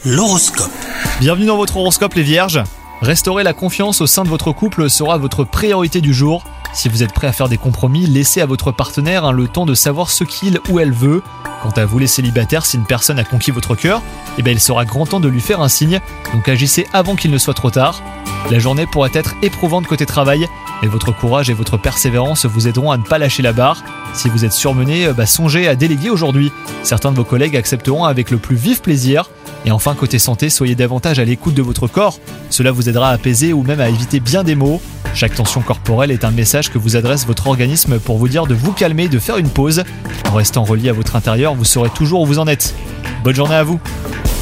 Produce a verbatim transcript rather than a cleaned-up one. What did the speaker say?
L'horoscope. Bienvenue dans votre horoscope les vierges. Restaurer la confiance au sein de votre couple sera votre priorité du jour. Si vous êtes prêt à faire des compromis, laissez à votre partenaire hein, le temps de savoir ce qu'il ou elle veut. Quant à vous les célibataires, si une personne a conquis votre cœur, eh bien il sera grand temps de lui faire un signe, donc agissez avant qu'il ne soit trop tard. La journée pourrait être éprouvante côté travail, mais votre courage et votre persévérance vous aideront à ne pas lâcher la barre. Si vous êtes surmené, bah songez à déléguer aujourd'hui. Certains de vos collègues accepteront avec le plus vif plaisir. Et enfin, côté santé, soyez davantage à l'écoute de votre corps. Cela vous aidera à apaiser ou même à éviter bien des maux. Chaque tension corporelle est un message que vous adresse votre organisme pour vous dire de vous calmer et de faire une pause. En restant relié à votre intérieur, vous saurez toujours où vous en êtes. Bonne journée à vous!